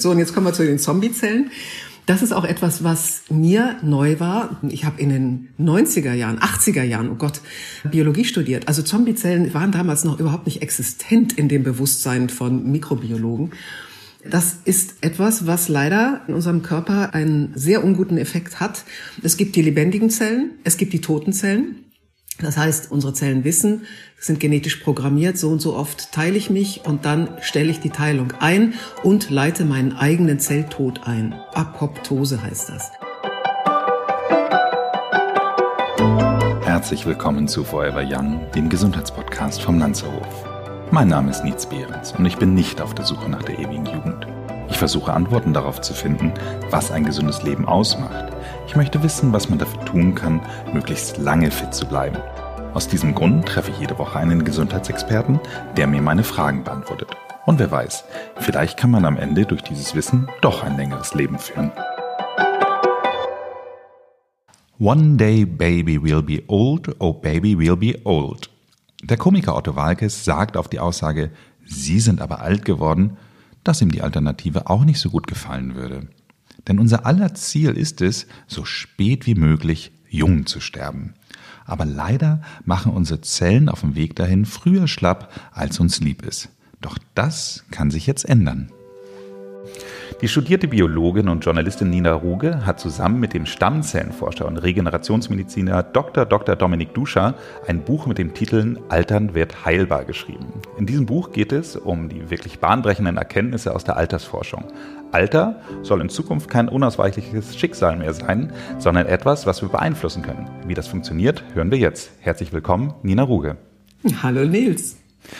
So, und jetzt kommen wir zu den Zombiezellen. Das ist auch etwas, was mir neu war. Ich habe in den 90er Jahren, 80er Jahren, Biologie studiert. Also Zombiezellen waren damals noch überhaupt nicht existent in dem Bewusstsein von Mikrobiologen. Das ist etwas, was leider in unserem Körper einen sehr unguten Effekt hat. Es gibt die lebendigen Zellen, es gibt die toten Zellen. Das heißt, unsere Zellen wissen, sind genetisch programmiert, so und so oft teile ich mich und dann stelle ich die Teilung ein und leite meinen eigenen Zelltod ein. Apoptose heißt das. Herzlich willkommen zu Forever Young, dem Gesundheitspodcast vom Lanzerhof. Mein Name ist Nietz Behrens und ich bin nicht auf der Suche nach der ewigen Jugend. Ich versuche Antworten darauf zu finden, was ein gesundes Leben ausmacht. Ich möchte wissen, was man dafür tun kann, möglichst lange fit zu bleiben. Aus diesem Grund treffe ich jede Woche einen Gesundheitsexperten, der mir meine Fragen beantwortet. Und wer weiß, vielleicht kann man am Ende durch dieses Wissen doch ein längeres Leben führen. One day baby will be old, oh baby will be old. Der Komiker Otto Waalkes sagt auf die Aussage, Sie sind aber alt geworden, dass ihm die Alternative auch nicht so gut gefallen würde. Denn unser aller Ziel ist es, so spät wie möglich jung zu sterben. Aber leider machen unsere Zellen auf dem Weg dahin früher schlapp, als uns lieb ist. Doch das kann sich jetzt ändern. Die studierte Biologin und Journalistin Nina Ruge hat zusammen mit dem Stammzellenforscher und Regenerationsmediziner Dr. Dominik Duscher ein Buch mit dem Titel Altern wird heilbar geschrieben. In diesem Buch geht es um die wirklich bahnbrechenden Erkenntnisse aus der Altersforschung. Alter soll in Zukunft kein unausweichliches Schicksal mehr sein, sondern etwas, was wir beeinflussen können. Wie das funktioniert, hören wir jetzt. Herzlich willkommen, Nina Ruge. Hallo Nils.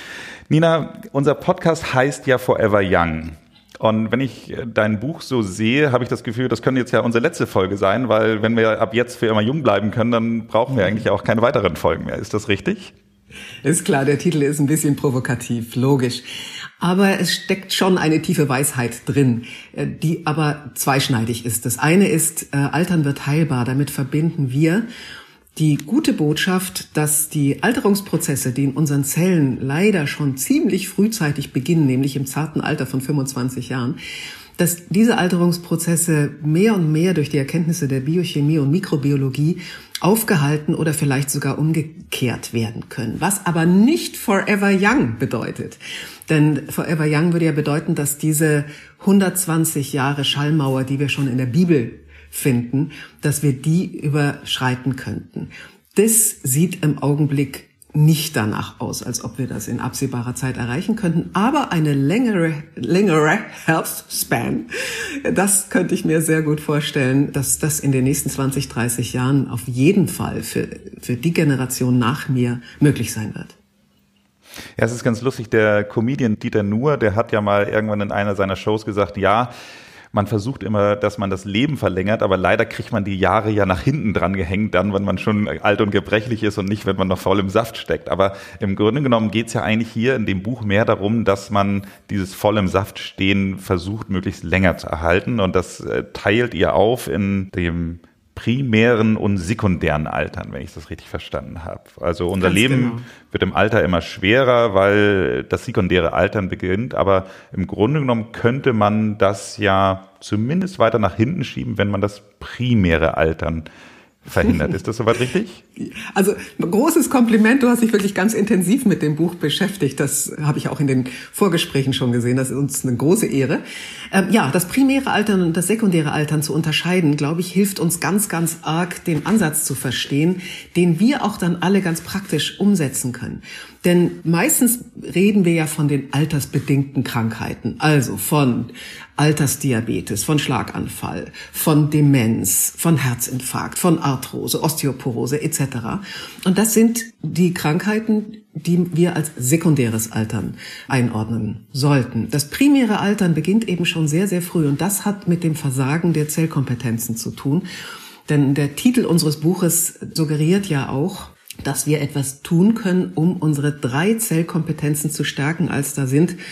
Nina, unser Podcast heißt ja Forever Young. Und wenn ich dein Buch so sehe, habe ich das Gefühl, das könnte jetzt ja unsere letzte Folge sein, weil wenn wir ab jetzt für immer jung bleiben können, dann brauchen wir eigentlich auch keine weiteren Folgen mehr. Ist das richtig? Ist klar, der Titel ist ein bisschen provokativ, logisch. Aber es steckt schon eine tiefe Weisheit drin, die aber zweischneidig ist. Das eine ist, Altern wird heilbar. Damit verbinden wir die gute Botschaft, dass die Alterungsprozesse, die in unseren Zellen leider schon ziemlich frühzeitig beginnen, nämlich im zarten Alter von 25 Jahren, dass diese Alterungsprozesse mehr und mehr durch die Erkenntnisse der Biochemie und Mikrobiologie aufgehalten oder vielleicht sogar umgekehrt werden können. Was aber nicht Forever Young bedeutet. Denn Forever Young würde ja bedeuten, dass diese 120 Jahre Schallmauer, die wir schon in der Bibel finden, dass wir die überschreiten könnten. Das sieht im Augenblick nicht danach aus, als ob wir das in absehbarer Zeit erreichen könnten. Aber eine längere Health Span, das könnte ich mir sehr gut vorstellen, dass das in den nächsten 20, 30 Jahren auf jeden Fall für die Generation nach mir möglich sein wird. Ja, es ist ganz lustig. Der Comedian Dieter Nuhr, der hat ja mal irgendwann in einer seiner Shows gesagt, ja, man versucht immer, dass man das Leben verlängert, aber leider kriegt man die Jahre ja nach hinten dran gehängt, dann, wenn man schon alt und gebrechlich ist und nicht, wenn man noch voll im Saft steckt. Aber im Grunde genommen geht es ja eigentlich hier in dem Buch mehr darum, dass man dieses voll im Saft stehen versucht, möglichst länger zu erhalten. Und das teilt ihr auf in dem primären und sekundären Altern, wenn ich das richtig verstanden habe. Also unser Ganz Leben genau. Wird im Alter immer schwerer, weil das sekundäre Altern beginnt. Aber im Grunde genommen könnte man das ja zumindest weiter nach hinten schieben, wenn man das primäre Altern verhindert. Ist das soweit richtig? Also großes Kompliment, du hast dich wirklich ganz intensiv mit dem Buch beschäftigt. Das habe ich auch in den Vorgesprächen schon gesehen. Das ist uns eine große Ehre. Ja, das primäre Altern und das sekundäre Altern zu unterscheiden, glaube ich, hilft uns ganz, ganz arg, den Ansatz zu verstehen, den wir auch dann alle ganz praktisch umsetzen können. Denn meistens reden wir ja von den altersbedingten Krankheiten, also von Altersdiabetes, von Schlaganfall, von Demenz, von Herzinfarkt, von Arthrose, Osteoporose etc. Und das sind die Krankheiten, die wir als sekundäres Altern einordnen sollten. Das primäre Altern beginnt eben schon sehr, sehr früh und das hat mit dem Versagen der Zellkompetenzen zu tun. Denn der Titel unseres Buches suggeriert ja auch, dass wir etwas tun können, um unsere 3 Zellkompetenzen zu stärken, als da sind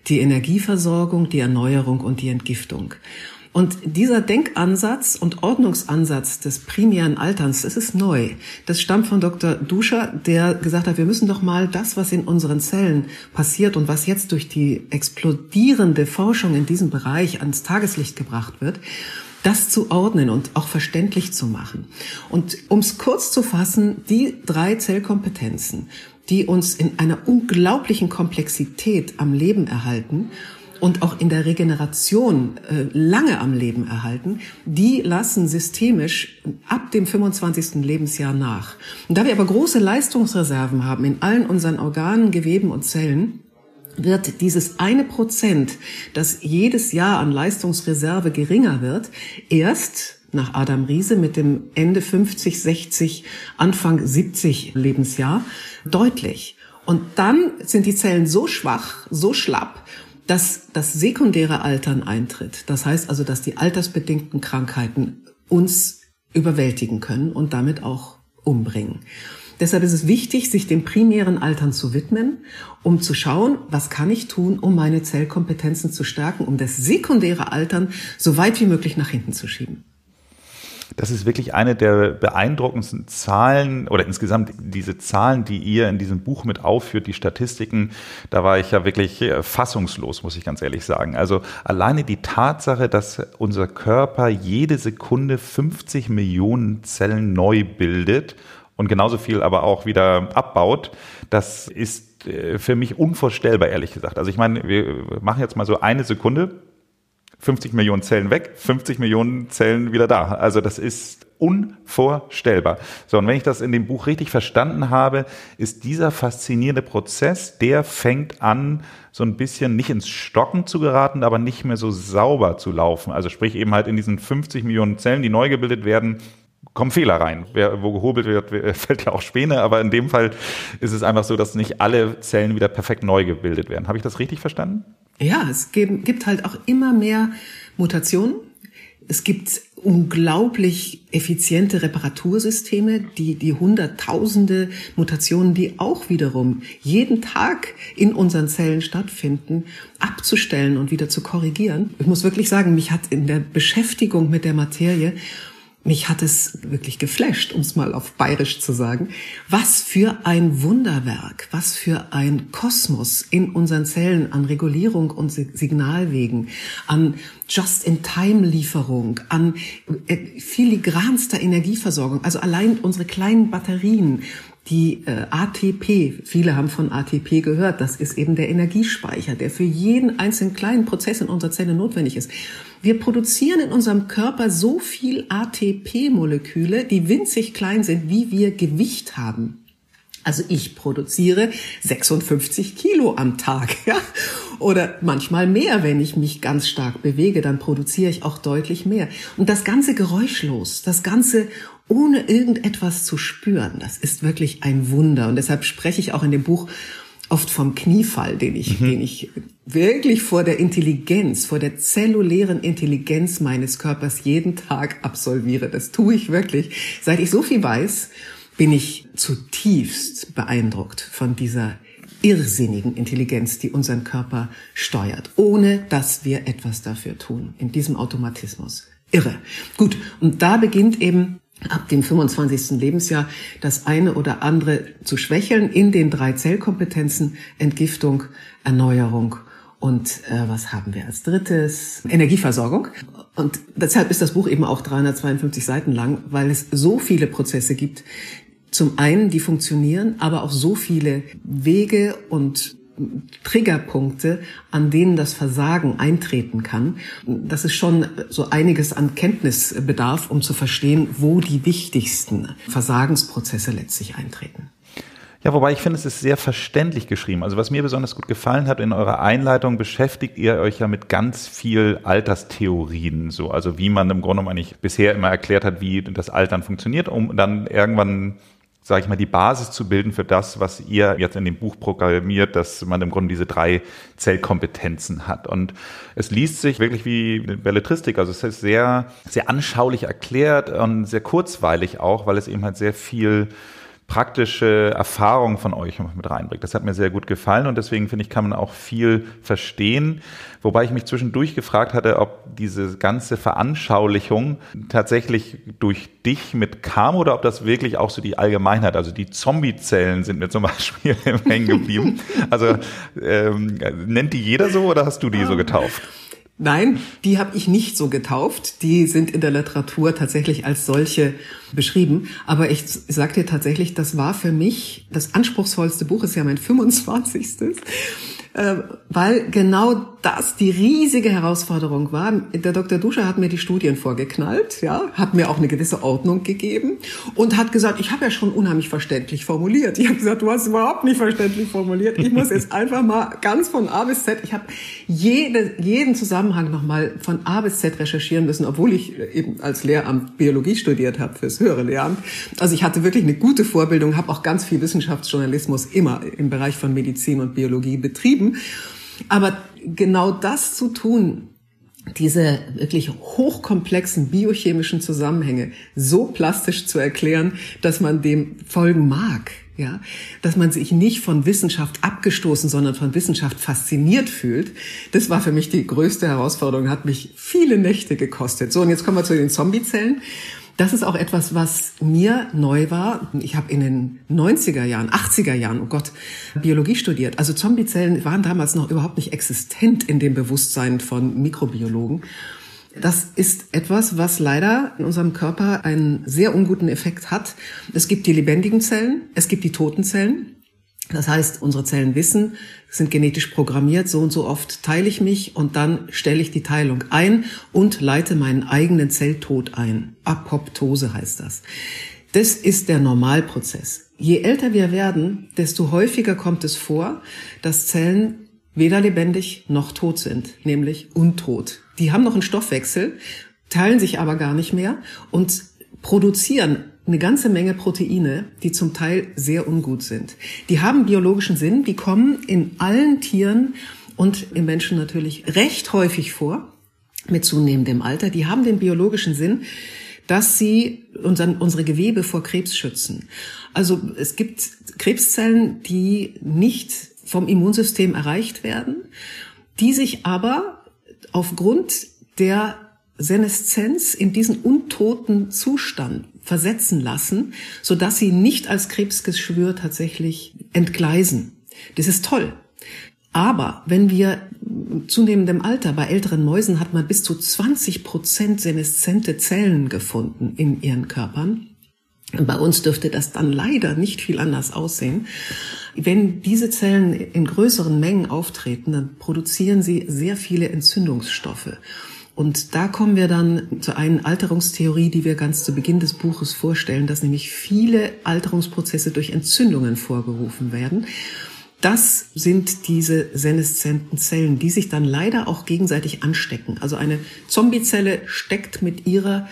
die Energieversorgung, die Erneuerung und die Entgiftung. Und dieser Denkansatz und Ordnungsansatz des primären Alterns, das ist neu. Das stammt von Dr. Duscher, der gesagt hat, wir müssen doch mal das, was in unseren Zellen passiert und was jetzt durch die explodierende Forschung in diesem Bereich ans Tageslicht gebracht wird, das zu ordnen und auch verständlich zu machen. Und um es kurz zu fassen, die 3 Zellkompetenzen, die uns in einer unglaublichen Komplexität am Leben erhalten und auch in der Regeneration lange am Leben erhalten, die lassen systemisch ab dem 25. Lebensjahr nach. Und da wir aber große Leistungsreserven haben in allen unseren Organen, Geweben und Zellen, wird dieses 1%, das jedes Jahr an Leistungsreserve geringer wird, erst nach Adam Riese mit dem Ende 50, 60, Anfang 70 Lebensjahr deutlich. Und dann sind die Zellen so schwach, so schlapp, dass das sekundäre Altern eintritt. Das heißt also, dass die altersbedingten Krankheiten uns überwältigen können und damit auch umbringen. Deshalb ist es wichtig, sich dem primären Altern zu widmen, um zu schauen, was kann ich tun, um meine Zellkompetenzen zu stärken, um das sekundäre Altern so weit wie möglich nach hinten zu schieben. Das ist wirklich eine der beeindruckendsten Zahlen oder insgesamt diese Zahlen, die ihr in diesem Buch mit aufführt, die Statistiken, da war ich ja wirklich fassungslos, muss ich ganz ehrlich sagen. Also alleine die Tatsache, dass unser Körper jede Sekunde 50 Millionen Zellen neu bildet und genauso viel aber auch wieder abbaut, das ist für mich unvorstellbar, ehrlich gesagt. Also ich meine, wir machen jetzt mal so eine Sekunde, 50 Millionen Zellen weg, 50 Millionen Zellen wieder da. Also das ist unvorstellbar. So, und wenn ich das in dem Buch richtig verstanden habe, ist dieser faszinierende Prozess, der fängt an, so ein bisschen nicht ins Stocken zu geraten, aber nicht mehr so sauber zu laufen. Also sprich eben halt in diesen 50 Millionen Zellen, die neu gebildet werden, kommen Fehler rein. Wo gehobelt wird, fällt ja auch Späne, aber in dem Fall ist es einfach so, dass nicht alle Zellen wieder perfekt neu gebildet werden. Habe ich das richtig verstanden? Ja, es gibt halt auch immer mehr Mutationen. Es gibt unglaublich effiziente Reparatursysteme, die Hunderttausende Mutationen, die auch wiederum jeden Tag in unseren Zellen stattfinden, abzustellen und wieder zu korrigieren. Ich muss wirklich sagen, mich hat in der Beschäftigung mit der Materie mich hat es wirklich geflasht, um es mal auf Bayerisch zu sagen. Was für ein Wunderwerk, was für ein Kosmos in unseren Zellen an Regulierung und Signalwegen, an Just-in-Time-Lieferung, an filigranster Energieversorgung. Also allein unsere kleinen Batterien, die ATP, viele haben von ATP gehört, das ist eben der Energiespeicher, der für jeden einzelnen kleinen Prozess in unserer Zelle notwendig ist. Wir produzieren in unserem Körper so viel ATP-Moleküle, die winzig klein sind, wie wir Gewicht haben. Also ich produziere 56 Kilo am Tag, ja? Oder manchmal mehr, wenn ich mich ganz stark bewege, dann produziere ich auch deutlich mehr. Und das Ganze geräuschlos, das Ganze ohne irgendetwas zu spüren, das ist wirklich ein Wunder. Und deshalb spreche ich auch in dem Buch oft vom Kniefall, den ich wirklich vor der Intelligenz, vor der zellulären Intelligenz meines Körpers jeden Tag absolviere. Das tue ich wirklich. Seit ich so viel weiß, bin ich zutiefst beeindruckt von dieser irrsinnigen Intelligenz, die unseren Körper steuert, ohne dass wir etwas dafür tun, in diesem Automatismus. Irre. Gut, und da beginnt eben ab dem 25. Lebensjahr das eine oder andere zu schwächeln in den 3 Zellkompetenzen: Entgiftung, Erneuerung und was haben wir als drittes? Energieversorgung. Und deshalb ist das Buch eben auch 352 Seiten lang, weil es so viele Prozesse gibt. Zum einen, die funktionieren, aber auch so viele Wege und Triggerpunkte, an denen das Versagen eintreten kann, dass es schon so einiges an Kenntnis bedarf, um zu verstehen, wo die wichtigsten Versagensprozesse letztlich eintreten. Ja, wobei ich finde, es ist sehr verständlich geschrieben. Also was mir besonders gut gefallen hat, in eurer Einleitung beschäftigt ihr euch ja mit ganz viel Alterstheorien, so, also wie man im Grunde genommen eigentlich bisher immer erklärt hat, wie das Altern funktioniert, um dann irgendwann, sage ich mal, die Basis zu bilden für das, was ihr jetzt in dem Buch programmiert, dass man im Grunde diese 3 Zellkompetenzen hat. Und es liest sich wirklich wie Belletristik, also es ist sehr, sehr anschaulich erklärt und sehr kurzweilig auch, weil es eben halt sehr viel praktische Erfahrung von euch mit reinbringt. Das hat mir sehr gut gefallen und deswegen finde ich, kann man auch viel verstehen. Wobei ich mich zwischendurch gefragt hatte, ob diese ganze Veranschaulichung tatsächlich durch dich mitkam oder ob das wirklich auch so die Allgemeinheit, also die Zombie-Zellen sind mir zum Beispiel hängen geblieben. Also nennt die jeder so oder hast du die so getauft? Nein, die habe ich nicht so getauft. Die sind in der Literatur tatsächlich als solche beschrieben. Aber ich sag dir tatsächlich, das war für mich das anspruchsvollste Buch, ist ja mein 25. Weil genau das die riesige Herausforderung war. Der Dr. Duscher hat mir die Studien vorgeknallt, ja, hat mir auch eine gewisse Ordnung gegeben und hat gesagt, ich habe ja schon unheimlich verständlich formuliert. Ich habe gesagt, du hast überhaupt nicht verständlich formuliert. Ich muss jetzt einfach mal ganz von A bis Z, ich habe jeden Zusammenhang nochmal von A bis Z recherchieren müssen, obwohl ich eben als Lehramt Biologie studiert habe fürs höhere Lehramt. Also ich hatte wirklich eine gute Vorbildung, habe auch ganz viel Wissenschaftsjournalismus immer im Bereich von Medizin und Biologie betrieben. Aber genau das zu tun, diese wirklich hochkomplexen biochemischen Zusammenhänge so plastisch zu erklären, dass man dem folgen mag, ja, dass man sich nicht von Wissenschaft abgestoßen, sondern von Wissenschaft fasziniert fühlt, das war für mich die größte Herausforderung, hat mich viele Nächte gekostet. So, und jetzt kommen wir zu den Zombiezellen. Das ist auch etwas, was mir neu war. Ich habe in den 90er Jahren, 80er Jahren, oh Gott, Biologie studiert. Also Zombiezellen waren damals noch überhaupt nicht existent in dem Bewusstsein von Mikrobiologen. Das ist etwas, was leider in unserem Körper einen sehr unguten Effekt hat. Es gibt die lebendigen Zellen, es gibt die toten Zellen. Das heißt, unsere Zellen wissen, sind genetisch programmiert, so und so oft teile ich mich und dann stelle ich die Teilung ein und leite meinen eigenen Zelltod ein. Apoptose heißt das. Das ist der Normalprozess. Je älter wir werden, desto häufiger kommt es vor, dass Zellen weder lebendig noch tot sind, nämlich untot. Die haben noch einen Stoffwechsel, teilen sich aber gar nicht mehr und produzieren eine ganze Menge Proteine, die zum Teil sehr ungut sind. Die haben biologischen Sinn, die kommen in allen Tieren und im Menschen natürlich recht häufig vor, mit zunehmendem Alter. Die haben den biologischen Sinn, dass sie unsere Gewebe vor Krebs schützen. Also es gibt Krebszellen, die nicht vom Immunsystem erreicht werden, die sich aber aufgrund der Seneszenz in diesen untoten Zustand versetzen lassen, sodass sie nicht als Krebsgeschwür tatsächlich entgleisen. Das ist toll. Aber wenn wir zunehmendem Alter, bei älteren Mäusen hat man bis zu 20% seneszente Zellen gefunden in ihren Körpern. Und bei uns dürfte das dann leider nicht viel anders aussehen. Wenn diese Zellen in größeren Mengen auftreten, dann produzieren sie sehr viele Entzündungsstoffe. Und da kommen wir dann zu einer Alterungstheorie, die wir ganz zu Beginn des Buches vorstellen, dass nämlich viele Alterungsprozesse durch Entzündungen vorgerufen werden. Das sind diese seneszenten Zellen, die sich dann leider auch gegenseitig anstecken. Also eine Zombiezelle steckt mit ihrer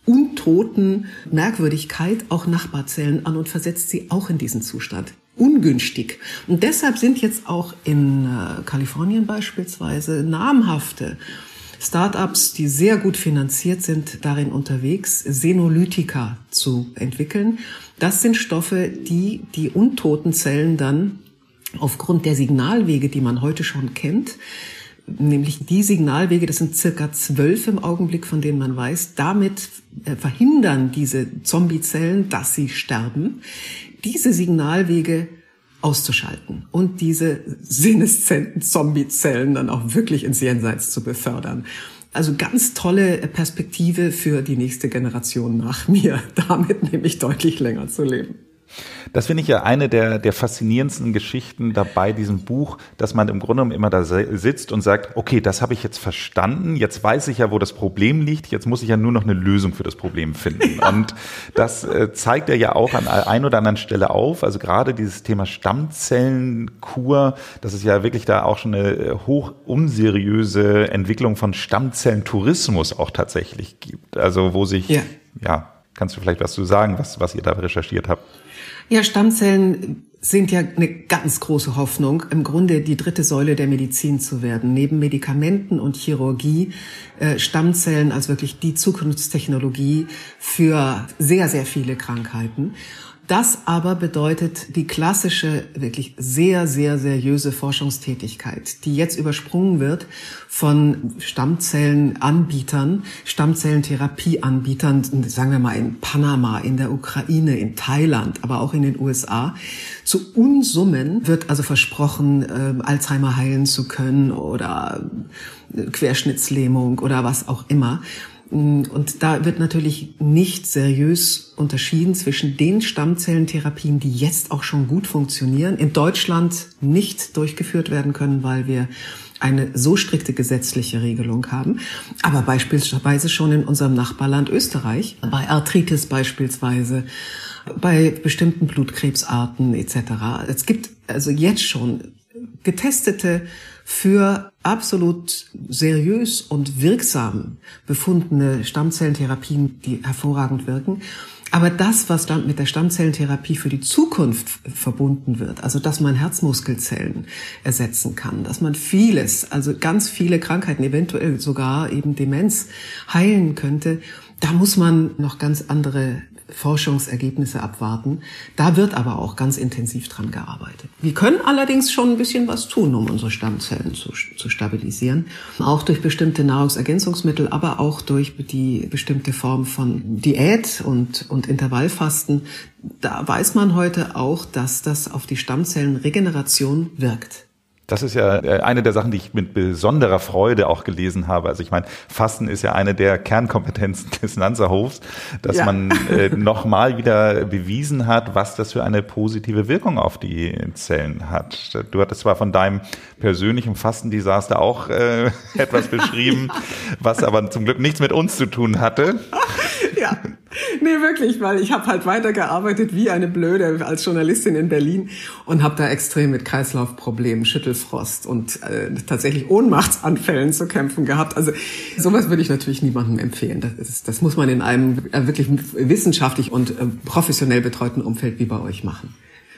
untoten Merkwürdigkeit auch Nachbarzellen an und versetzt sie auch in diesen Zustand. Ungünstig. Und deshalb sind jetzt auch in Kalifornien beispielsweise namhafte Start-ups, die sehr gut finanziert sind, darin unterwegs, Senolytika zu entwickeln. Das sind Stoffe, die die untoten Zellen dann aufgrund der Signalwege, die man heute schon kennt, nämlich die Signalwege, das sind circa 12 im Augenblick, von denen man weiß, damit verhindern diese Zombiezellen, dass sie sterben, diese Signalwege auszuschalten und diese seneszenten Zombiezellen dann auch wirklich ins Jenseits zu befördern. Also ganz tolle Perspektive für die nächste Generation nach mir, damit nämlich deutlich länger zu leben. Das finde ich ja eine der faszinierendsten Geschichten dabei diesem Buch, dass man im Grunde genommen immer da sitzt und sagt, okay, das habe ich jetzt verstanden, jetzt weiß ich ja, wo das Problem liegt, jetzt muss ich ja nur noch eine Lösung für das Problem finden. Ja. Und das zeigt er ja auch an ein oder anderen Stelle auf, also gerade dieses Thema Stammzellenkur, dass es ja wirklich da auch schon eine hoch unseriöse Entwicklung von Stammzellentourismus auch tatsächlich gibt. Also wo sich, ja, kannst du vielleicht was zu sagen, was ihr da recherchiert habt? Ja, Stammzellen sind ja eine ganz große Hoffnung, im Grunde die dritte Säule der Medizin zu werden. Neben Medikamenten und Chirurgie, Stammzellen als wirklich die Zukunftstechnologie für sehr, sehr viele Krankheiten. Das aber bedeutet die klassische, wirklich sehr, sehr seriöse Forschungstätigkeit, die jetzt übersprungen wird von Stammzellenanbietern, Stammzellentherapieanbietern, sagen wir mal in Panama, in der Ukraine, in Thailand, aber auch in den USA. Zu Unsummen wird also versprochen, Alzheimer heilen zu können oder Querschnittslähmung oder was auch immer. Und da wird natürlich nicht seriös unterschieden zwischen den Stammzellentherapien, die jetzt auch schon gut funktionieren, in Deutschland nicht durchgeführt werden können, weil wir eine so strikte gesetzliche Regelung haben, aber beispielsweise schon in unserem Nachbarland Österreich, bei Arthritis beispielsweise, bei bestimmten Blutkrebsarten etc. Es gibt also jetzt schon getestete, für absolut seriös und wirksam befundene Stammzellentherapien, die hervorragend wirken. Aber das, was dann mit der Stammzellentherapie für die Zukunft verbunden wird, also dass man Herzmuskelzellen ersetzen kann, dass man vieles, also ganz viele Krankheiten, eventuell sogar eben Demenz heilen könnte, da muss man noch ganz andere Forschungsergebnisse abwarten. Da wird aber auch ganz intensiv dran gearbeitet. Wir können allerdings schon ein bisschen was tun, um unsere Stammzellen zu stabilisieren. Auch durch bestimmte Nahrungsergänzungsmittel, aber auch durch die bestimmte Form von Diät und Intervallfasten. Da weiß man heute auch, dass das auf die Stammzellenregeneration wirkt. Das ist ja eine der Sachen, die ich mit besonderer Freude auch gelesen habe. Also ich meine, Fasten ist ja eine der Kernkompetenzen des Nanserhofs, dass man nochmal wieder bewiesen hat, was das für eine positive Wirkung auf die Zellen hat. Du hattest zwar von deinem persönlichen Fastendesaster auch etwas beschrieben, was aber zum Glück nichts mit uns zu tun hatte. Ja, nee, wirklich, weil ich habe halt weitergearbeitet wie eine Blöde als Journalistin in Berlin und habe da extrem mit Kreislaufproblemen, Schüttelfrost und tatsächlich Ohnmachtsanfällen zu kämpfen gehabt. Also sowas würde ich natürlich niemandem empfehlen. Das muss man in einem wirklich wissenschaftlich und professionell betreuten Umfeld wie bei euch machen.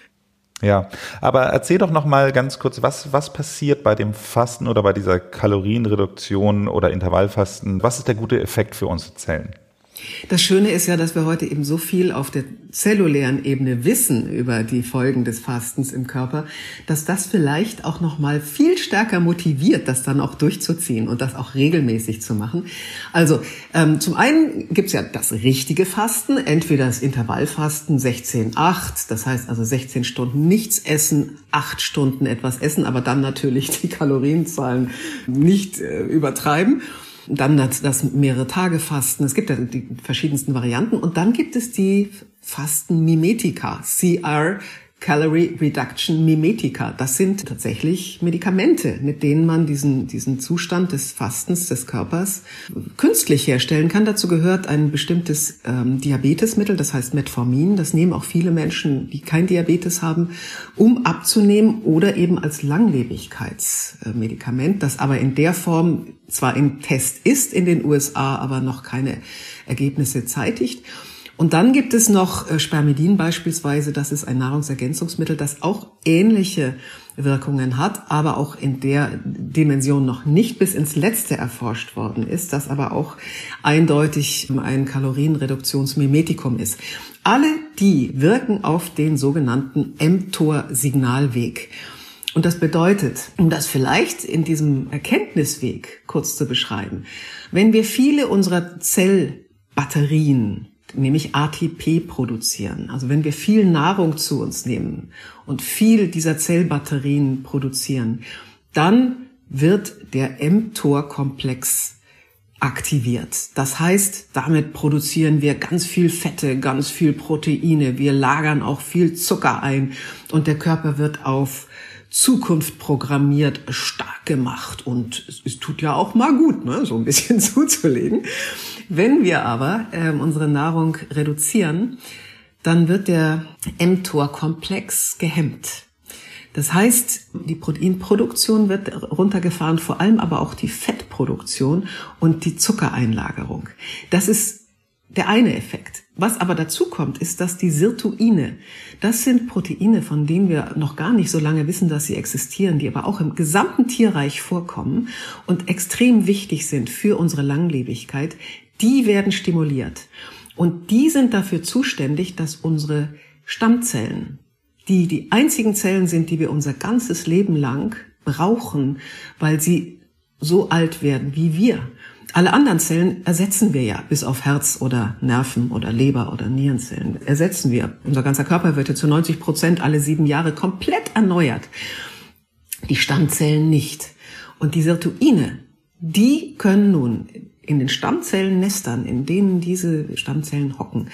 Ja, aber erzähl doch noch mal ganz kurz, was passiert bei dem Fasten oder bei dieser Kalorienreduktion oder Intervallfasten? Was ist der gute Effekt für unsere Zellen? Das Schöne ist ja, dass wir heute eben so viel auf der zellulären Ebene wissen über die Folgen des Fastens im Körper, dass das vielleicht auch noch mal viel stärker motiviert, das dann auch durchzuziehen und das auch regelmäßig zu machen. Also zum einen gibt's ja das richtige Fasten, entweder das Intervallfasten 16-8, das heißt also 16 Stunden nichts essen, 8 Stunden etwas essen, aber dann natürlich die Kalorienzahlen nicht übertreiben. Dann das mehrere Tage Fasten. Es gibt ja die verschiedensten Varianten. Und dann gibt es die Fastenmimetika, CR, Calorie Reduction Mimetika. Das sind tatsächlich Medikamente, mit denen man diesen Zustand des Fastens des Körpers künstlich herstellen kann. Dazu gehört ein bestimmtes Diabetesmittel, das heißt Metformin. Das nehmen auch viele Menschen, die kein Diabetes haben, um abzunehmen oder eben als Langlebigkeitsmedikament, das aber in der Form zwar im Test ist in den USA, aber noch keine Ergebnisse zeitigt. Und dann gibt es noch Spermidin beispielsweise, das ist ein Nahrungsergänzungsmittel, das auch ähnliche Wirkungen hat, aber auch in der Dimension noch nicht bis ins Letzte erforscht worden ist, das aber auch eindeutig ein Kalorienreduktionsmimetikum ist. Alle die wirken auf den sogenannten mTOR-Signalweg. Und das bedeutet, um das vielleicht in diesem Erkenntnisweg kurz zu beschreiben, wenn wir viele unserer Zellbatterien, nämlich ATP produzieren. Also wenn wir viel Nahrung zu uns nehmen und viel dieser Zellbatterien produzieren, dann wird der mTOR-Komplex aktiviert. Das heißt, damit produzieren wir ganz viel Fette, ganz viel Proteine. Wir lagern auch viel Zucker ein und der Körper wird auf Zukunft programmiert, stark gemacht und es tut ja auch mal gut, ne, so ein bisschen zuzulegen. Wenn wir aber unsere Nahrung reduzieren, dann wird der mTOR-Komplex gehemmt. Das heißt, die Proteinproduktion wird runtergefahren, vor allem aber auch die Fettproduktion und die Zuckereinlagerung. Das ist der eine Effekt. Was aber dazu kommt, ist, dass die Sirtuine, das sind Proteine, von denen wir noch gar nicht so lange wissen, dass sie existieren, die aber auch im gesamten Tierreich vorkommen und extrem wichtig sind für unsere Langlebigkeit, die werden stimuliert. Und die sind dafür zuständig, dass unsere Stammzellen, die die einzigen Zellen sind, die wir unser ganzes Leben lang brauchen, weil sie so alt werden wie wir. Alle anderen Zellen ersetzen wir ja, bis auf Herz oder Nerven oder Leber oder Nierenzellen ersetzen wir. Unser ganzer Körper wird ja zu 90% alle 7 Jahre komplett erneuert. Die Stammzellen nicht. Und die Sirtuine, die können nun in den Stammzellennestern, in denen diese Stammzellen hocken,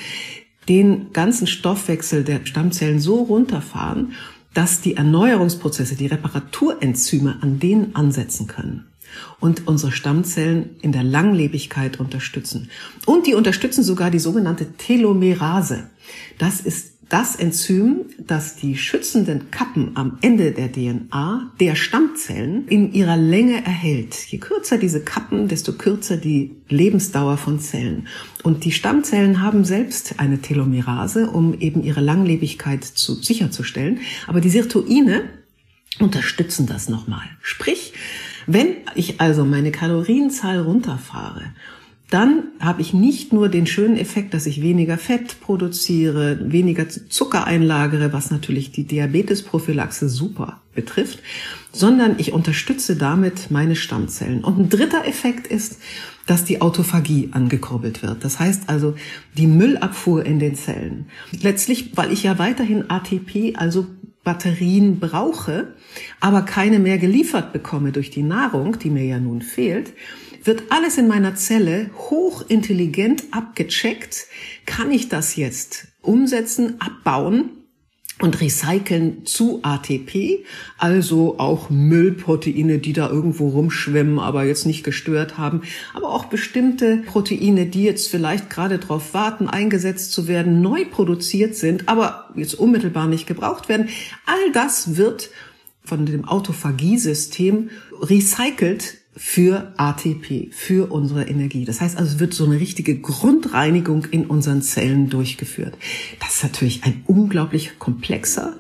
den ganzen Stoffwechsel der Stammzellen so runterfahren, dass die Erneuerungsprozesse, die Reparaturenzyme an denen ansetzen können und unsere Stammzellen in der Langlebigkeit unterstützen. Und die unterstützen sogar die sogenannte Telomerase. Das ist das Enzym, das die schützenden Kappen am Ende der DNA der Stammzellen in ihrer Länge erhält. Je kürzer diese Kappen, desto kürzer die Lebensdauer von Zellen. Und die Stammzellen haben selbst eine Telomerase, um eben ihre Langlebigkeit sicherzustellen. Aber die Sirtuine unterstützen das nochmal. Sprich, wenn ich also meine Kalorienzahl runterfahre, dann habe ich nicht nur den schönen Effekt, dass ich weniger Fett produziere, weniger Zucker einlagere, was natürlich die Diabetesprophylaxe super betrifft, sondern ich unterstütze damit meine Stammzellen. Und ein dritter Effekt ist, dass die Autophagie angekurbelt wird. Das heißt also die Müllabfuhr in den Zellen. Letztlich, weil ich ja weiterhin ATP, also Batterien brauche, aber keine mehr geliefert bekomme durch die Nahrung, die mir ja nun fehlt, wird alles in meiner Zelle hochintelligent abgecheckt. Kann ich das jetzt umsetzen, abbauen und recyceln zu ATP, also auch Müllproteine, die da irgendwo rumschwimmen, aber jetzt nicht gestört haben, aber auch bestimmte Proteine, die jetzt vielleicht gerade darauf warten, eingesetzt zu werden, neu produziert sind, aber jetzt unmittelbar nicht gebraucht werden. All das wird von dem Autophagiesystem recycelt für ATP, für unsere Energie. Das heißt also, es wird so eine richtige Grundreinigung in unseren Zellen durchgeführt. Das ist natürlich ein unglaublich komplexer,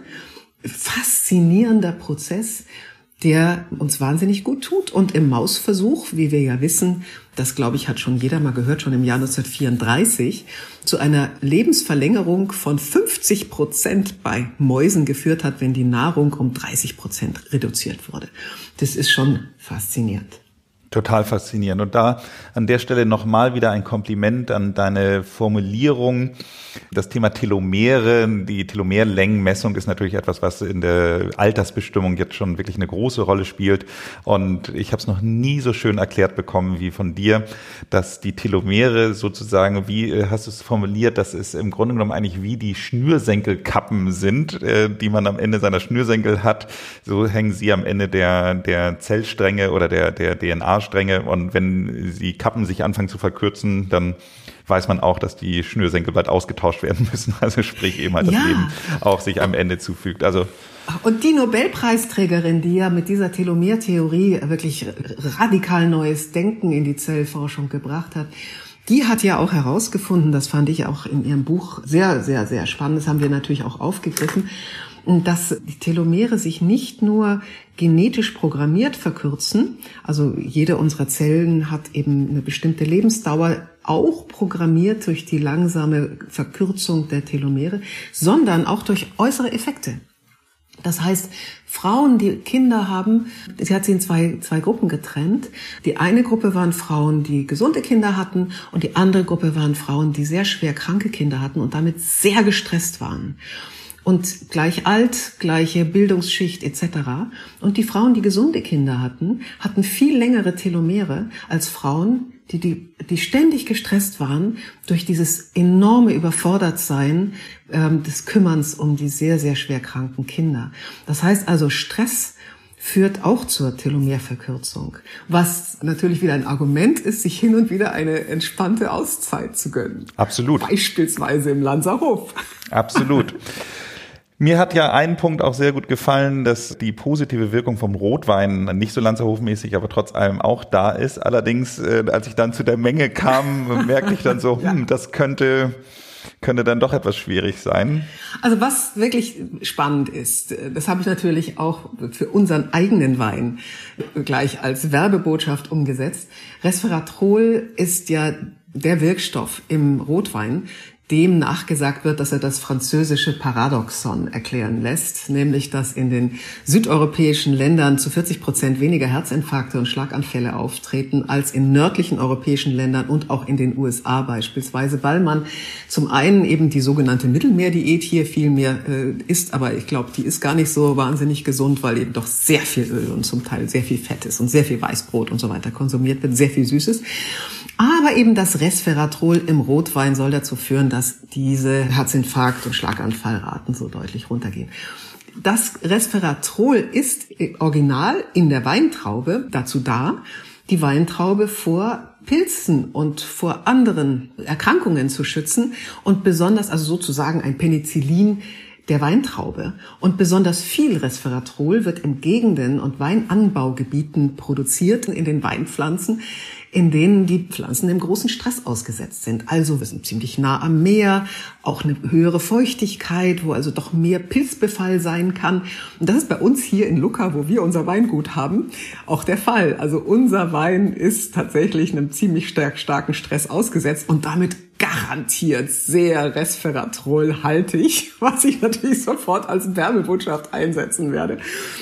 faszinierender Prozess, der uns wahnsinnig gut tut. Und im Mausversuch, wie wir ja wissen, das glaube ich hat schon jeder mal gehört, schon im Jahr 1934, zu einer Lebensverlängerung von 50% bei Mäusen geführt hat, wenn die Nahrung um 30% reduziert wurde. Das ist schon faszinierend. Total faszinierend. Und da an der Stelle nochmal wieder ein Kompliment an deine Formulierung. Das Thema Telomere, die Telomerlängenmessung ist natürlich etwas, was in der Altersbestimmung jetzt schon wirklich eine große Rolle spielt. Und ich habe es noch nie so schön erklärt bekommen wie von dir, dass die Telomere sozusagen, wie hast du es formuliert, dass es im Grunde genommen eigentlich wie die Schnürsenkelkappen sind, die man am Ende seiner Schnürsenkel hat. So hängen sie am Ende der Zellstränge oder der DNA-Stränge. Und wenn die Kappen sich anfangen zu verkürzen, dann weiß man auch, dass die Schnürsenkel bald ausgetauscht werden müssen. Also sprich eben halt das Leben auch sich am Ende zufügt. Also und die Nobelpreisträgerin, die ja mit dieser Telomertheorie wirklich radikal neues Denken in die Zellforschung gebracht hat, die hat ja auch herausgefunden, das fand ich auch in ihrem Buch sehr, sehr, sehr spannend, das haben wir natürlich auch aufgegriffen, dass die Telomere sich nicht nur genetisch programmiert verkürzen, also jede unserer Zellen hat eben eine bestimmte Lebensdauer, auch programmiert durch die langsame Verkürzung der Telomere, sondern auch durch äußere Effekte. Das heißt, Frauen, die Kinder haben, sie hat sie in zwei Gruppen getrennt. Die eine Gruppe waren Frauen, die gesunde Kinder hatten und die andere Gruppe waren Frauen, die sehr schwer kranke Kinder hatten und damit sehr gestresst waren. Und gleich alt, gleiche Bildungsschicht etc. Und die Frauen, die gesunde Kinder hatten, hatten viel längere Telomere als Frauen, die ständig gestresst waren durch dieses enorme Überfordertsein des Kümmerns um die sehr, sehr schwer kranken Kinder. Das heißt also, Stress führt auch zur Telomerverkürzung, was natürlich wieder ein Argument ist, sich hin und wieder eine entspannte Auszeit zu gönnen. Absolut. Beispielsweise im Lanzerhof. Absolut. Mir hat ja ein Punkt auch sehr gut gefallen, dass die positive Wirkung vom Rotwein nicht so lanzerhofmäßig, aber trotz allem auch da ist. Allerdings, als ich dann zu der Menge kam, merkte ich dann so, das könnte dann doch etwas schwierig sein. Also was wirklich spannend ist, das habe ich natürlich auch für unseren eigenen Wein gleich als Werbebotschaft umgesetzt. Resveratrol ist ja der Wirkstoff im Rotwein, dem nachgesagt wird, dass er das französische Paradoxon erklären lässt, nämlich dass in den südeuropäischen Ländern zu 40% weniger Herzinfarkte und Schlaganfälle auftreten als in nördlichen europäischen Ländern und auch in den USA beispielsweise, weil man zum einen eben die sogenannte Mittelmeerdiät hier viel mehr isst, aber ich glaube, die ist gar nicht so wahnsinnig gesund, weil eben doch sehr viel Öl und zum Teil sehr viel Fett ist und sehr viel Weißbrot und so weiter konsumiert wird, sehr viel Süßes. Aber eben das Resveratrol im Rotwein soll dazu führen, dass diese Herzinfarkt- und Schlaganfallraten so deutlich runtergehen. Das Resveratrol ist original in der Weintraube dazu da, die Weintraube vor Pilzen und vor anderen Erkrankungen zu schützen und besonders, also sozusagen ein Penicillin der Weintraube. Und besonders viel Resveratrol wird in Gegenden und Weinanbaugebieten produziert, in den Weinpflanzen, in denen die Pflanzen dem großen Stress ausgesetzt sind. Also wir sind ziemlich nah am Meer, auch eine höhere Feuchtigkeit, wo also doch mehr Pilzbefall sein kann. Und das ist bei uns hier in Lucca, wo wir unser Weingut haben, auch der Fall. Also unser Wein ist tatsächlich einem ziemlich starken Stress ausgesetzt und damit garantiert sehr resveratrolhaltig, was ich natürlich sofort als Werbebotschaft einsetzen werde.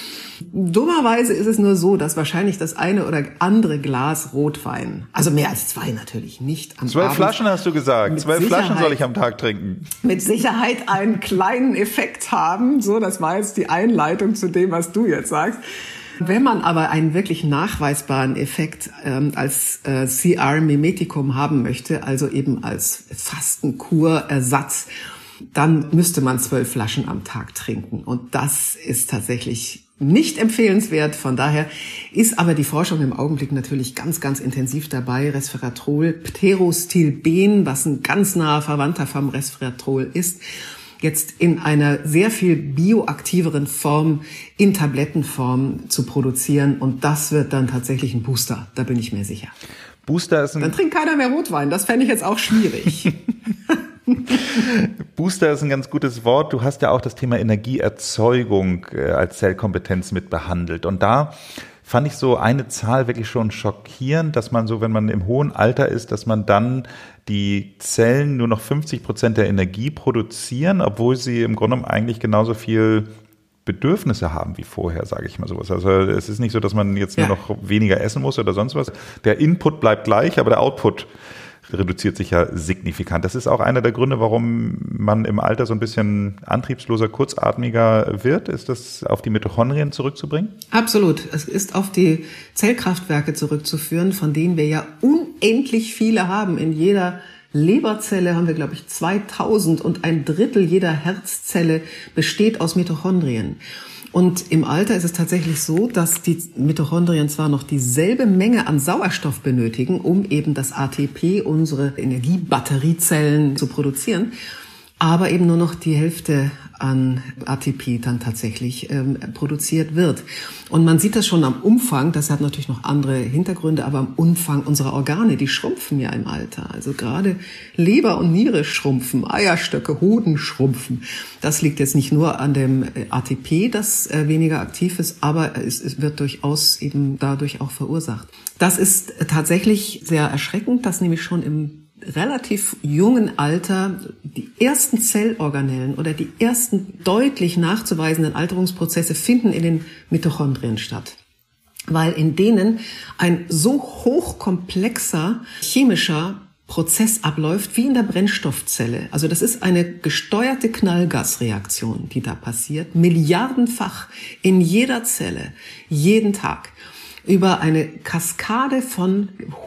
Dummerweise ist es nur so, dass wahrscheinlich das eine oder andere Glas Rotwein, also mehr als 2 natürlich nicht am 12 Abend, Flaschen hast du gesagt. 12 Flaschen soll ich am Tag trinken. Mit Sicherheit einen kleinen Effekt haben. So, das war jetzt die Einleitung zu dem, was du jetzt sagst. Wenn man aber einen wirklich nachweisbaren Effekt als CR-Mimetikum haben möchte, also eben als Fastenkurersatz, dann müsste man 12 Flaschen am Tag trinken. Und das ist tatsächlich nicht empfehlenswert. Von daher ist aber die Forschung im Augenblick natürlich ganz, ganz intensiv dabei. Resveratrol, Pterostilben, was ein ganz naher Verwandter vom Resveratrol ist, jetzt in einer sehr viel bioaktiveren Form, in Tablettenform zu produzieren. Und das wird dann tatsächlich ein Booster, da bin ich mir sicher. Booster ist Dann trinkt keiner mehr Rotwein, das fände ich jetzt auch schwierig. Booster ist ein ganz gutes Wort. Du hast ja auch das Thema Energieerzeugung als Zellkompetenz mit behandelt. Und da fand ich so eine Zahl wirklich schon schockierend, dass man so, wenn man im hohen Alter ist, dass man dann die Zellen nur noch 50% der Energie produzieren, obwohl sie im Grunde genommen eigentlich genauso viel Bedürfnisse haben wie vorher, sage ich mal sowas. Also es ist nicht so, dass man jetzt nur noch weniger essen muss oder sonst was. Der Input bleibt gleich, aber der Output reduziert sich ja signifikant. Das ist auch einer der Gründe, warum man im Alter so ein bisschen antriebsloser, kurzatmiger wird. Ist das auf die Mitochondrien zurückzubringen? Absolut. Es ist auf die Zellkraftwerke zurückzuführen, von denen wir ja unendlich viele haben. In jeder Leberzelle haben wir, glaube ich, 2000 und ein Drittel jeder Herzzelle besteht aus Mitochondrien. Und im Alter ist es tatsächlich so, dass die Mitochondrien zwar noch dieselbe Menge an Sauerstoff benötigen, um eben das ATP, unsere Energiebatteriezellen, zu produzieren, aber eben nur noch die Hälfte an ATP dann tatsächlich produziert wird. Und man sieht das schon am Umfang, das hat natürlich noch andere Hintergründe, aber am Umfang unserer Organe, die schrumpfen ja im Alter. Also gerade Leber und Niere schrumpfen, Eierstöcke, Hoden schrumpfen. Das liegt jetzt nicht nur an dem ATP, das weniger aktiv ist, aber es wird durchaus eben dadurch auch verursacht. Das ist tatsächlich sehr erschreckend, dass nämlich schon im relativ jungen Alter die ersten Zellorganellen oder die ersten deutlich nachzuweisenden Alterungsprozesse finden in den Mitochondrien statt. Weil in denen ein so hochkomplexer chemischer Prozess abläuft wie in der Brennstoffzelle. Also das ist eine gesteuerte Knallgasreaktion, die da passiert, milliardenfach in jeder Zelle, jeden Tag, über eine Kaskade von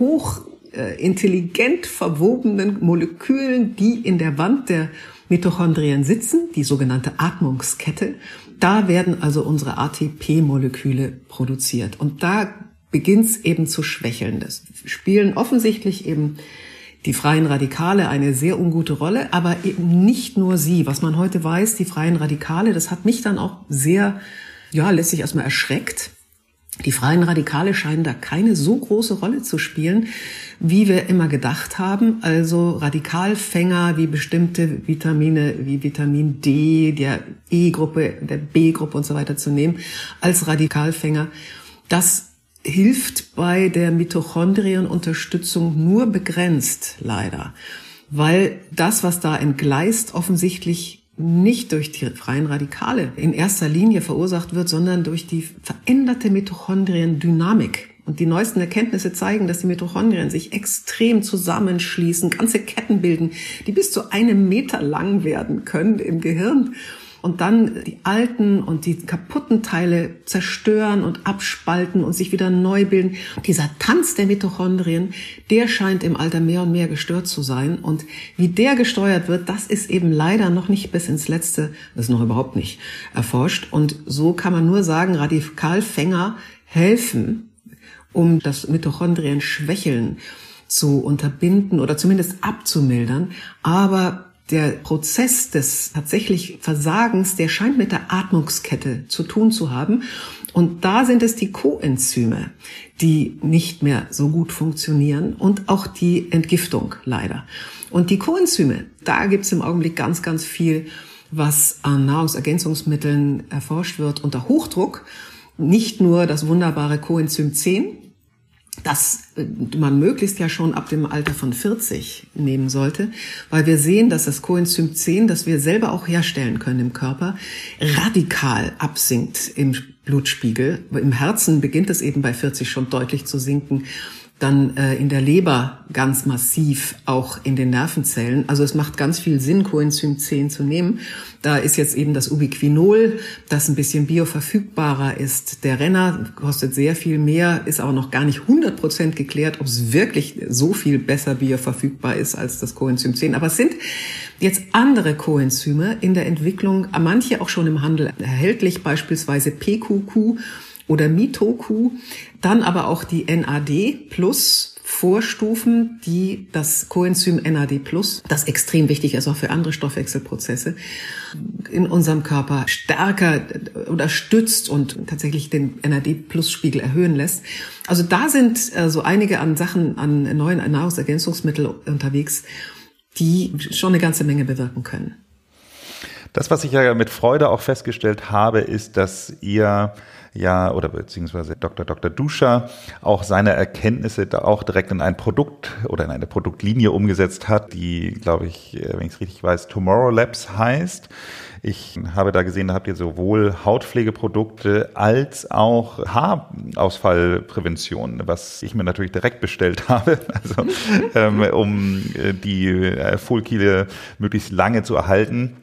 intelligent verwobenen Molekülen, die in der Wand der Mitochondrien sitzen, die sogenannte Atmungskette. Da werden also unsere ATP-Moleküle produziert. Und da beginnt es eben zu schwächeln. Das spielen offensichtlich eben die freien Radikale eine sehr ungute Rolle, aber eben nicht nur sie. Was man heute weiß, die freien Radikale, das hat mich dann auch sehr, letztlich erstmal erschreckt. Die freien Radikale scheinen da keine so große Rolle zu spielen, wie wir immer gedacht haben. Also Radikalfänger wie bestimmte Vitamine wie Vitamin D, der E-Gruppe, der B-Gruppe und so weiter zu nehmen als Radikalfänger. Das hilft bei der Mitochondrienunterstützung nur begrenzt, leider. weil das, was da entgleist, offensichtlich nicht durch die freien Radikale in erster Linie verursacht wird, sondern durch die veränderte Mitochondriendynamik. Und die neuesten Erkenntnisse zeigen, dass die Mitochondrien sich extrem zusammenschließen, ganze Ketten bilden, die bis zu 1 Meter lang werden können im Gehirn. Und dann die alten und die kaputten Teile zerstören und abspalten und sich wieder neu bilden. Dieser Tanz der Mitochondrien, der scheint im Alter mehr und mehr gestört zu sein. Und wie der gesteuert wird, das ist eben leider noch nicht bis ins Letzte, das ist noch überhaupt nicht erforscht. Und so kann man nur sagen, Radikalfänger helfen, um das Mitochondrien-Schwächeln zu unterbinden oder zumindest abzumildern. Aber der Prozess des tatsächlich Versagens, der scheint mit der Atmungskette zu tun zu haben. Und da sind es die Coenzyme, die nicht mehr so gut funktionieren und auch die Entgiftung leider. Und die Coenzyme, da gibt's im Augenblick ganz, ganz viel, was an Nahrungsergänzungsmitteln erforscht wird unter Hochdruck. Nicht nur das wunderbare Coenzym 10, das man möglichst ja schon ab dem Alter von 40 nehmen sollte, weil wir sehen, dass das Coenzym 10, das wir selber auch herstellen können im Körper, radikal absinkt im Blutspiegel. Im Herzen beginnt es eben bei 40 schon deutlich zu sinken, dann in der Leber ganz massiv, auch in den Nervenzellen. Also es macht ganz viel Sinn, Coenzym 10 zu nehmen. Da ist jetzt eben das Ubiquinol, das ein bisschen bioverfügbarer ist. Der Renner kostet sehr viel mehr, ist aber noch gar nicht 100% geklärt, ob es wirklich so viel besser bioverfügbar ist als das Coenzym 10. Aber es sind jetzt andere Coenzyme in der Entwicklung, manche auch schon im Handel erhältlich, beispielsweise PQQ oder MitoQ, dann aber auch die NAD+ Vorstufen, die das Coenzym NAD+, das extrem wichtig ist auch für andere Stoffwechselprozesse, in unserem Körper stärker oder stützt und tatsächlich den NAD+-Spiegel erhöhen lässt. Also da sind so einige an Sachen, an neuen Nahrungsergänzungsmitteln unterwegs, die schon eine ganze Menge bewirken können. Das, was ich ja mit Freude auch festgestellt habe, ist, dass ihr oder beziehungsweise Dr. Duscher auch seine Erkenntnisse da auch direkt in ein Produkt oder in eine Produktlinie umgesetzt hat, die, glaube ich, wenn ich es richtig weiß, Tomorrow Labs heißt. Ich habe da gesehen, da habt ihr sowohl Hautpflegeprodukte als auch Haarausfallprävention, was ich mir natürlich direkt bestellt habe, also um die Follikel möglichst lange zu erhalten.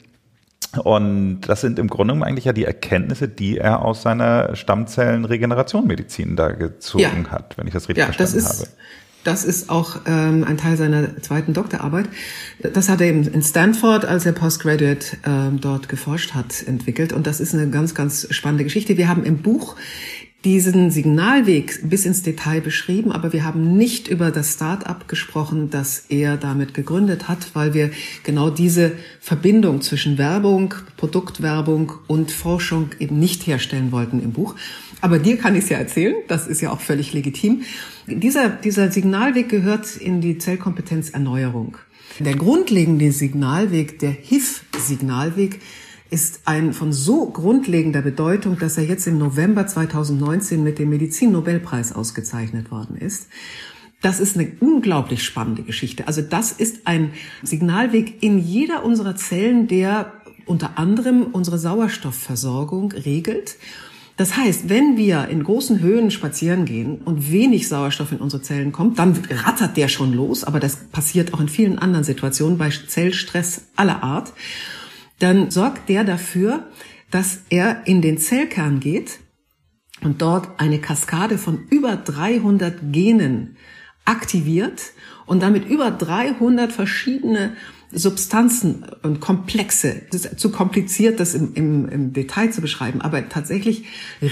Und das sind im Grunde genommen eigentlich ja die Erkenntnisse, die er aus seiner Stammzellenregenerationmedizin da gezogen hat, wenn ich das richtig verstanden habe. Das ist auch ein Teil seiner zweiten Doktorarbeit. Das hat er eben in Stanford, als er Postgraduate dort geforscht hat, entwickelt. Und das ist eine ganz, ganz spannende Geschichte. Wir haben im Buch diesen Signalweg bis ins Detail beschrieben, aber wir haben nicht über das Start-up gesprochen, das er damit gegründet hat, weil wir genau diese Verbindung zwischen Werbung, Produktwerbung und Forschung eben nicht herstellen wollten im Buch. Aber dir kann ich es ja erzählen, das ist ja auch völlig legitim. Dieser Signalweg gehört in die Zellkompetenzerneuerung. Der grundlegende Signalweg, der HIF-Signalweg, ist ein von so grundlegender Bedeutung, dass er jetzt im November 2019 mit dem Medizin-Nobelpreis ausgezeichnet worden ist. Das ist eine unglaublich spannende Geschichte. Also das ist ein Signalweg in jeder unserer Zellen, der unter anderem unsere Sauerstoffversorgung regelt. Das heißt, wenn wir in großen Höhen spazieren gehen und wenig Sauerstoff in unsere Zellen kommt, dann rattert der schon los. Aber das passiert auch in vielen anderen Situationen, bei Zellstress aller Art. Dann sorgt der dafür, dass er in den Zellkern geht und dort eine Kaskade von über 300 Genen aktiviert und damit über 300 verschiedene Substanzen und Komplexe, das ist zu kompliziert, das im Detail zu beschreiben, aber tatsächlich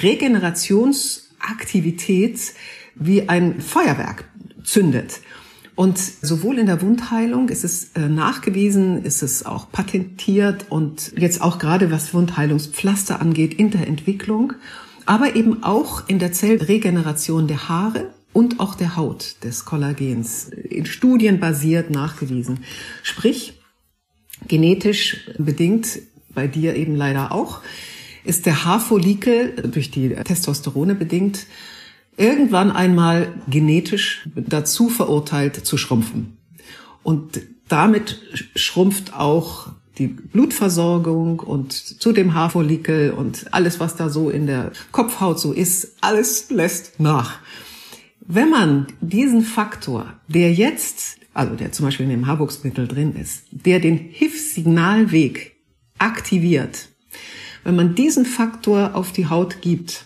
Regenerationsaktivität wie ein Feuerwerk zündet. Und sowohl in der Wundheilung ist es nachgewiesen, ist es auch patentiert und jetzt auch gerade was Wundheilungspflaster angeht in der Entwicklung, aber eben auch in der Zellregeneration der Haare und auch der Haut, des Kollagens, in Studien basiert nachgewiesen. Sprich, genetisch bedingt, bei dir eben leider auch, ist der Haarfollikel durch die Testosterone bedingt irgendwann einmal genetisch dazu verurteilt zu schrumpfen. Und damit schrumpft auch die Blutversorgung und zu dem Haarfollikel und alles, was da so in der Kopfhaut so ist, alles lässt nach. Wenn man diesen Faktor, der jetzt, also der zum Beispiel in dem Haarwuchsmittel drin ist, der den HIF-Signalweg aktiviert, wenn man diesen Faktor auf die Haut gibt,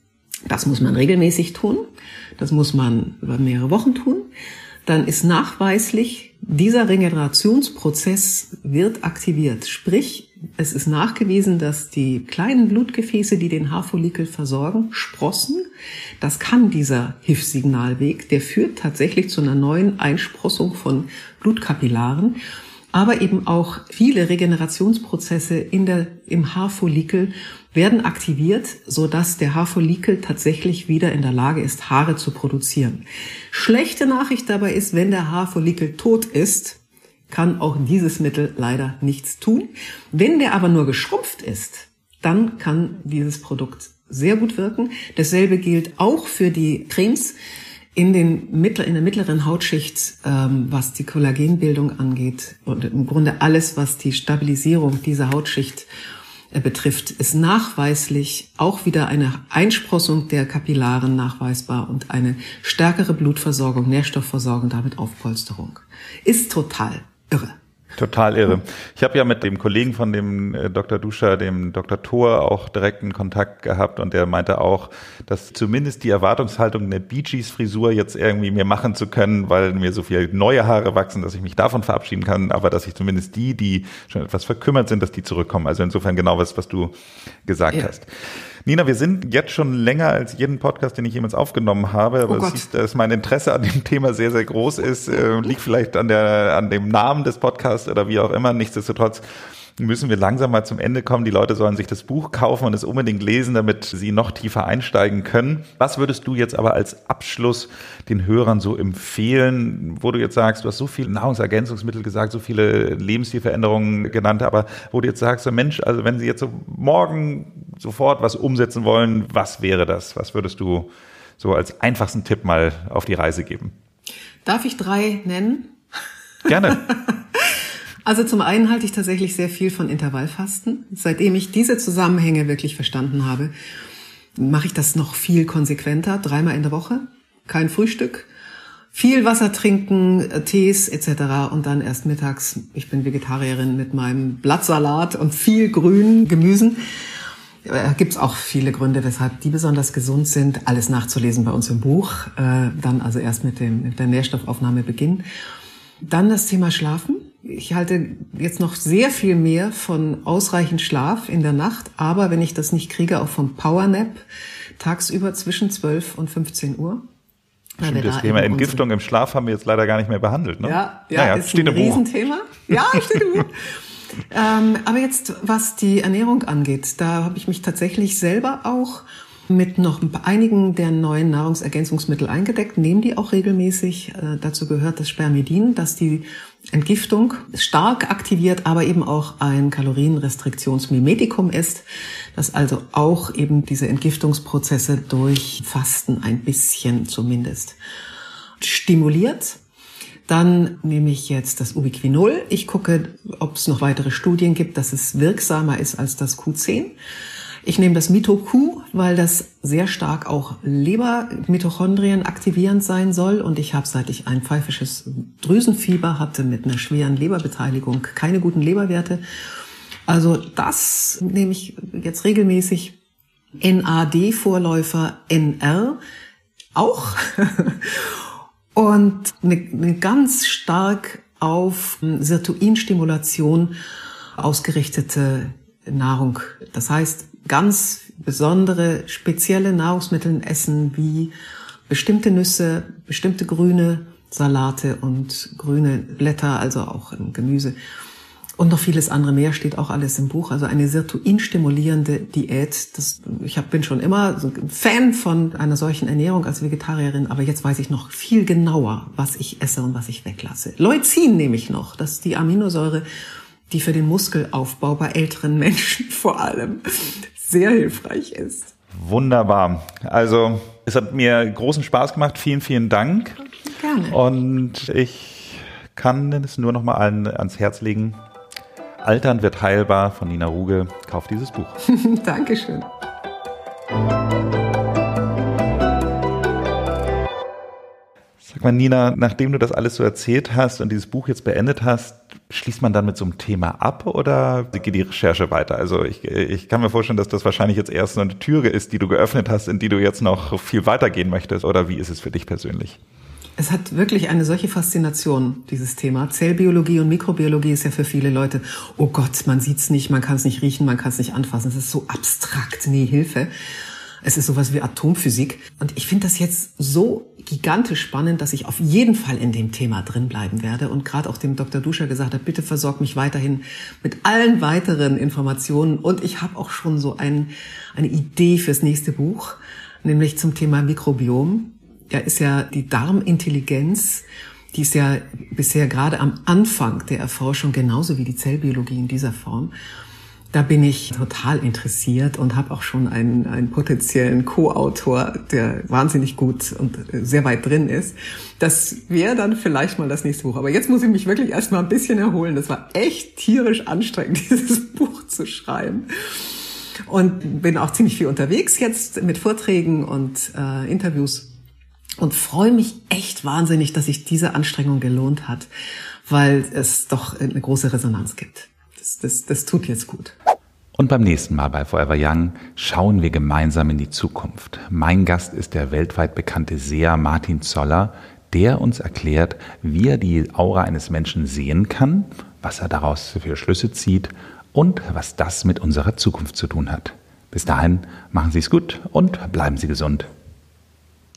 das muss man regelmäßig tun, das muss man über mehrere Wochen tun, dann ist nachweislich, dieser Regenerationsprozess wird aktiviert. Sprich, es ist nachgewiesen, dass die kleinen Blutgefäße, die den Haarfollikel versorgen, sprossen. Das kann dieser HIF-Signalweg, der führt tatsächlich zu einer neuen Einsprossung von Blutkapillaren. Aber eben auch viele Regenerationsprozesse im Haarfollikel werden aktiviert, sodass der Haarfollikel tatsächlich wieder in der Lage ist, Haare zu produzieren. Schlechte Nachricht dabei ist, wenn der Haarfollikel tot ist, kann auch dieses Mittel leider nichts tun. Wenn der aber nur geschrumpft ist, dann kann dieses Produkt sehr gut wirken. Dasselbe gilt auch für die Cremes in der mittleren Hautschicht, was die Kollagenbildung angeht und im Grunde alles, was die Stabilisierung dieser Hautschicht betrifft, ist nachweislich auch wieder eine Einsprossung der Kapillaren nachweisbar und eine stärkere Blutversorgung, Nährstoffversorgung, damit Aufpolsterung. Ist total irre. Total irre. Ich habe ja mit dem Kollegen von dem Dr. Duscher, dem Dr. Thor, auch direkten Kontakt gehabt und der meinte auch, dass zumindest die Erwartungshaltung, eine Bee Gees Frisur jetzt irgendwie mir machen zu können, weil mir so viele neue Haare wachsen, dass ich mich davon verabschieden kann, aber dass ich zumindest die schon etwas verkümmert sind, dass die zurückkommen. Also insofern genau was du gesagt hast. Nina, wir sind jetzt schon länger als jeden Podcast, den ich jemals aufgenommen habe. Aber du siehst, dass mein Interesse an dem Thema sehr, sehr groß ist. Liegt vielleicht an dem Namen des Podcasts oder wie auch immer. Nichtsdestotrotz müssen wir langsam mal zum Ende kommen. Die Leute sollen sich das Buch kaufen und es unbedingt lesen, damit sie noch tiefer einsteigen können. Was würdest du jetzt aber als Abschluss den Hörern so empfehlen, wo du jetzt sagst, du hast so viele Nahrungsergänzungsmittel gesagt, so viele Lebensstilveränderungen genannt, aber wo du jetzt sagst, so Mensch, also wenn sie jetzt so morgen sofort was umsetzen wollen, was wäre das? Was würdest du so als einfachsten Tipp mal auf die Reise geben? Darf ich 3 nennen? Gerne. Also zum einen halte ich tatsächlich sehr viel von Intervallfasten. Seitdem ich diese Zusammenhänge wirklich verstanden habe, mache ich das noch viel konsequenter, 3-mal in der Woche, kein Frühstück, viel Wasser trinken, Tees etc. und dann erst mittags, ich bin Vegetarierin, mit meinem Blattsalat und viel grünen Gemüsen. Gibt's auch viele Gründe, weshalb die besonders gesund sind. Alles nachzulesen bei uns im Buch, dann also erst mit der Nährstoffaufnahme beginnen. Dann das Thema Schlafen. Ich halte jetzt noch sehr viel mehr von ausreichend Schlaf in der Nacht, aber wenn ich das nicht kriege, auch vom Powernap tagsüber zwischen 12 und 15 Uhr. Stimmt, das Thema Entgiftung im Schlaf haben wir jetzt leider gar nicht mehr behandelt, ne? Ja, ist ein Riesenthema. Ja, steht im Buch. Aber jetzt, was die Ernährung angeht, da habe ich mich tatsächlich selber auch mit noch einigen der neuen Nahrungsergänzungsmittel eingedeckt, nehme die auch regelmäßig. Dazu gehört das Spermidin, das die Entgiftung stark aktiviert, aber eben auch ein Kalorienrestriktionsmimetikum ist, das also auch eben diese Entgiftungsprozesse durch Fasten ein bisschen zumindest stimuliert. Dann nehme ich jetzt das Ubiquinol. Ich gucke, ob es noch weitere Studien gibt, dass es wirksamer ist als das Q10. Ich nehme das Mito-Q, weil das sehr stark auch Lebermitochondrien aktivierend sein soll. Und ich habe, seit ich ein pfeifisches Drüsenfieber hatte mit einer schweren Leberbeteiligung, keine guten Leberwerte. Also das nehme ich jetzt regelmäßig. NAD-Vorläufer NR auch. Und eine ganz stark auf Sirtuinstimulation ausgerichtete Nahrung. Das heißt, ganz besondere, spezielle Nahrungsmittel essen, wie bestimmte Nüsse, bestimmte grüne Salate und grüne Blätter, also auch Gemüse. Und noch vieles andere mehr, steht auch alles im Buch. Also eine sirtuinstimulierende Diät. Bin schon immer so ein Fan von einer solchen Ernährung als Vegetarierin, aber jetzt weiß ich noch viel genauer, was ich esse und was ich weglasse. Leucin nehme ich noch, das ist die Aminosäure, die für den Muskelaufbau bei älteren Menschen vor allem sehr hilfreich ist. Wunderbar. Also es hat mir großen Spaß gemacht. Vielen, vielen Dank. Gerne. Und ich kann es nur noch mal allen ans Herz legen. Altern wird heilbar von Nina Ruge. Kauft dieses Buch. Dankeschön. Sag mal, Nina, nachdem du das alles so erzählt hast und dieses Buch jetzt beendet hast, schließt man dann mit so einem Thema ab oder geht die Recherche weiter? Also ich kann mir vorstellen, dass das wahrscheinlich jetzt erst so eine Türe ist, die du geöffnet hast, in die du jetzt noch viel weitergehen möchtest. Oder wie ist es für dich persönlich? Es hat wirklich eine solche Faszination, dieses Thema. Zellbiologie und Mikrobiologie ist ja für viele Leute, oh Gott, man sieht's nicht, man kann es nicht riechen, man kann es nicht anfassen. Es ist so abstrakt, nee, Hilfe. Es ist sowas wie Atomphysik. Und ich finde das jetzt so gigantisch spannend, dass ich auf jeden Fall in dem Thema drin bleiben werde. Und gerade auch dem Dr. Duscher gesagt habe, bitte versorg mich weiterhin mit allen weiteren Informationen. Und ich habe auch schon so eine Idee fürs nächste Buch, nämlich zum Thema Mikrobiom. Ja, ist ja die Darmintelligenz, die ist ja bisher gerade am Anfang der Erforschung, genauso wie die Zellbiologie in dieser Form. Da bin ich total interessiert und habe auch schon einen potenziellen Co-Autor, der wahnsinnig gut und sehr weit drin ist. Das wäre dann vielleicht mal das nächste Buch. Aber jetzt muss ich mich wirklich erstmal ein bisschen erholen. Das war echt tierisch anstrengend, dieses Buch zu schreiben. Und bin auch ziemlich viel unterwegs jetzt mit Vorträgen und Interviews. Und freue mich echt wahnsinnig, dass sich diese Anstrengung gelohnt hat, weil es doch eine große Resonanz gibt. Das tut jetzt gut. Und beim nächsten Mal bei Forever Young schauen wir gemeinsam in die Zukunft. Mein Gast ist der weltweit bekannte Seher Martin Zoller, der uns erklärt, wie er die Aura eines Menschen sehen kann, was er daraus für Schlüsse zieht und was das mit unserer Zukunft zu tun hat. Bis dahin, machen Sie es gut und bleiben Sie gesund.